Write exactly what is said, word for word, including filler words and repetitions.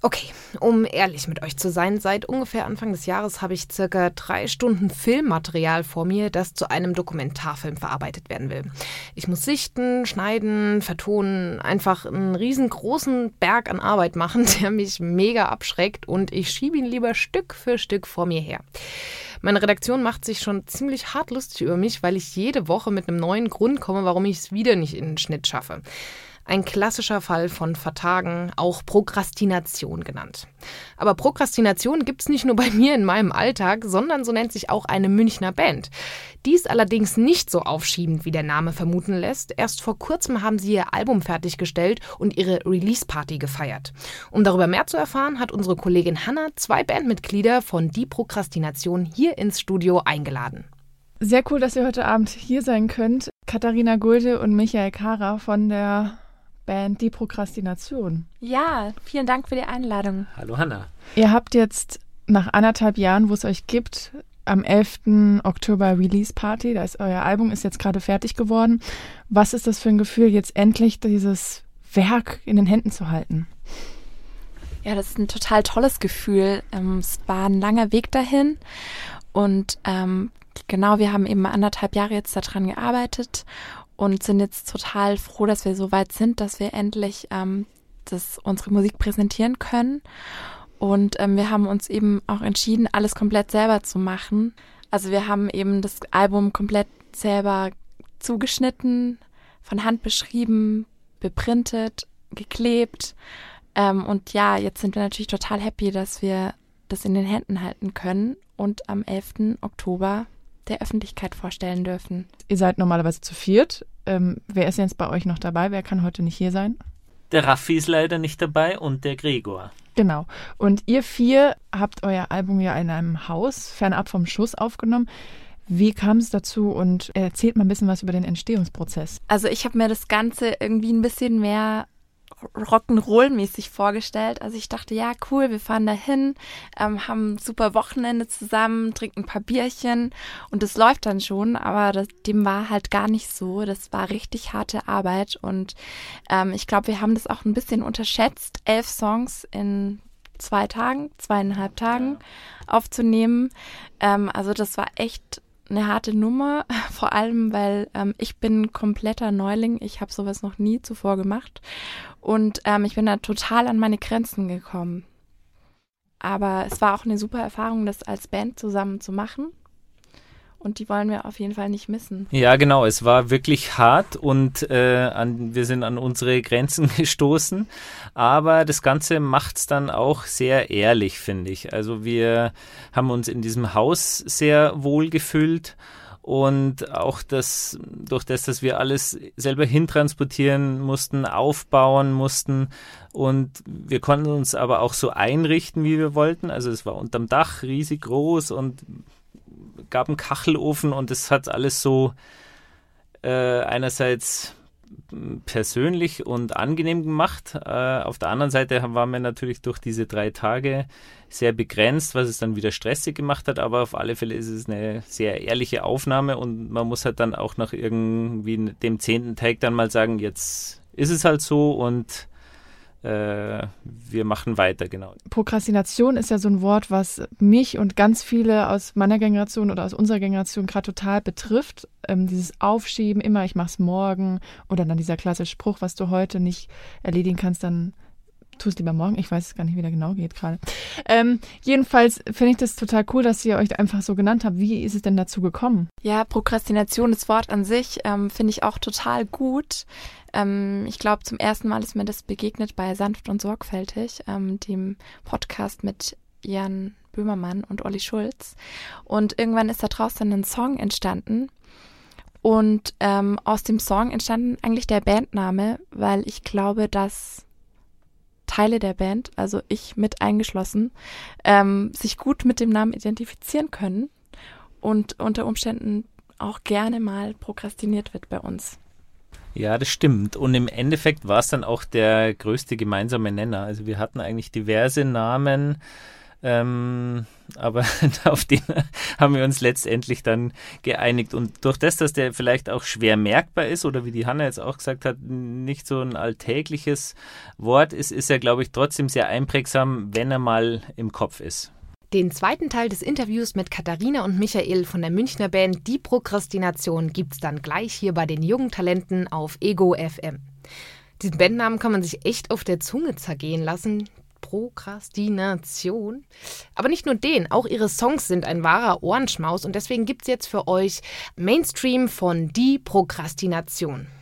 Okay, um ehrlich mit euch zu sein, seit ungefähr Anfang des Jahres habe ich circa drei Stunden Filmmaterial vor mir, das zu einem Dokumentarfilm verarbeitet werden will. Ich muss sichten, schneiden, vertonen, einfach einen riesengroßen Berg an Arbeit machen, der mich mega abschreckt und ich schiebe ihn lieber Stück für Stück vor mir her. Meine Redaktion macht sich schon ziemlich hart lustig über mich, weil ich jede Woche mit einem neuen Grund komme, warum ich es wieder nicht in den Schnitt schaffe. Ein klassischer Fall von Vertagen, auch Prokrastination genannt. Aber Prokrastination gibt's nicht nur bei mir in meinem Alltag, sondern so nennt sich auch eine Münchner Band. Die ist allerdings nicht so aufschiebend, wie der Name vermuten lässt. Erst vor kurzem haben sie ihr Album fertiggestellt und ihre Release-Party gefeiert. Um darüber mehr zu erfahren, hat unsere Kollegin Hanna zwei Bandmitglieder von Die Prokrastination hier ins Studio eingeladen. Sehr cool, dass ihr heute Abend hier sein könnt. Katharina Gulde und Michael Kara von der Band Die Prokrastination. Ja, vielen Dank für die Einladung. Hallo Hanna. Ihr habt jetzt nach anderthalb Jahren, wo es euch gibt, am elften Oktober Release Party. Da ist euer Album, ist jetzt gerade fertig geworden. Was ist das für ein Gefühl, jetzt endlich dieses Werk in den Händen zu halten? Ja, das ist ein total tolles Gefühl. Ähm, es war ein langer Weg dahin und ähm, genau, wir haben eben anderthalb Jahre jetzt daran gearbeitet und sind jetzt total froh, dass wir so weit sind, dass wir endlich ähm, das, unsere Musik präsentieren können. Und ähm, wir haben uns eben auch entschieden, alles komplett selber zu machen. Also wir haben eben das Album komplett selber zugeschnitten, von Hand beschrieben, beprintet, geklebt. Ähm, und ja, jetzt sind wir natürlich total happy, dass wir das in den Händen halten können und am elften Oktober der Öffentlichkeit vorstellen dürfen. Ihr seid normalerweise zu viert. Ähm, wer ist jetzt bei euch noch dabei? Wer kann heute nicht hier sein? Der Raffi ist leider nicht dabei und der Gregor. Genau. Und ihr vier habt euer Album ja in einem Haus fernab vom Schuss aufgenommen. Wie kam es dazu und erzählt mal ein bisschen was über den Entstehungsprozess? Also ich habe mir das Ganze irgendwie ein bisschen mehr Rock'n'Roll-mäßig vorgestellt. Also ich dachte, ja, cool, wir fahren da hin, ähm, haben ein super Wochenende zusammen, trinken ein paar Bierchen und das läuft dann schon, aber das, dem war halt gar nicht so. Das war richtig harte Arbeit und ähm, ich glaube, wir haben das auch ein bisschen unterschätzt, elf Songs in zwei Tagen, zweieinhalb Tagen aufzunehmen. Ähm, also das war echt eine harte Nummer, vor allem, weil ähm, ich bin kompletter Neuling. Ich habe sowas noch nie zuvor gemacht und ähm, ich bin da total an meine Grenzen gekommen. Aber es war auch eine super Erfahrung, das als Band zusammen zu machen und die wollen wir auf jeden Fall nicht missen. Ja, genau. Es war wirklich hart und äh, an, wir sind an unsere Grenzen gestoßen, aber das Ganze macht es dann auch sehr ehrlich, finde ich. Also wir haben uns in diesem Haus sehr wohl gefühlt und auch das, durch das, dass wir alles selber hintransportieren mussten, aufbauen mussten und wir konnten uns aber auch so einrichten, wie wir wollten. Also es war unterm Dach riesig groß und gab einen Kachelofen und es hat alles so äh, einerseits persönlich und angenehm gemacht. Äh, auf der anderen Seite waren wir natürlich durch diese drei Tage sehr begrenzt, was es dann wieder stressig gemacht hat, aber auf alle Fälle ist es eine sehr ehrliche Aufnahme und man muss halt dann auch nach irgendwie dem zehnten Take dann mal sagen, jetzt ist es halt so und wir machen weiter, genau. Prokrastination ist ja so ein Wort, was mich und ganz viele aus meiner Generation oder aus unserer Generation gerade total betrifft. Ähm, dieses Aufschieben, immer ich mach's morgen oder dann dieser klassische Spruch, was du heute nicht erledigen kannst, dann tu es lieber morgen. Ich weiß gar nicht, wie der genau geht gerade. Ähm, jedenfalls finde ich das total cool, dass ihr euch einfach so genannt habt. Wie ist es denn dazu gekommen? Ja, Prokrastination, das Wort an sich, ähm, finde ich auch total gut. Ähm, ich glaube, zum ersten Mal ist mir das begegnet bei Sanft und Sorgfältig, ähm, dem Podcast mit Jan Böhmermann und Olli Schulz. Und irgendwann ist da draußen ein Song entstanden. Und ähm, aus dem Song entstand eigentlich der Bandname, weil ich glaube, dass Teile der Band, also ich mit eingeschlossen, ähm, sich gut mit dem Namen identifizieren können und unter Umständen auch gerne mal prokrastiniert wird bei uns. Ja, das stimmt. Und im Endeffekt war es dann auch der größte gemeinsame Nenner. Also wir hatten eigentlich diverse Namen, Ähm, aber auf den haben wir uns letztendlich dann geeinigt. Und durch das, dass der vielleicht auch schwer merkbar ist oder wie die Hanna jetzt auch gesagt hat, nicht so ein alltägliches Wort ist, ist er, glaube ich, trotzdem sehr einprägsam, wenn er mal im Kopf ist. Den zweiten Teil des Interviews mit Katharina und Michael von der Münchner Band Die Prokrastination gibt's dann gleich hier bei den jungen Talenten auf Ego F M. Diesen Bandnamen kann man sich echt auf der Zunge zergehen lassen. Prokrastination. Aber nicht nur den, auch ihre Songs sind ein wahrer Ohrenschmaus und deswegen gibt's jetzt für euch Mainstream von Die Prokrastination.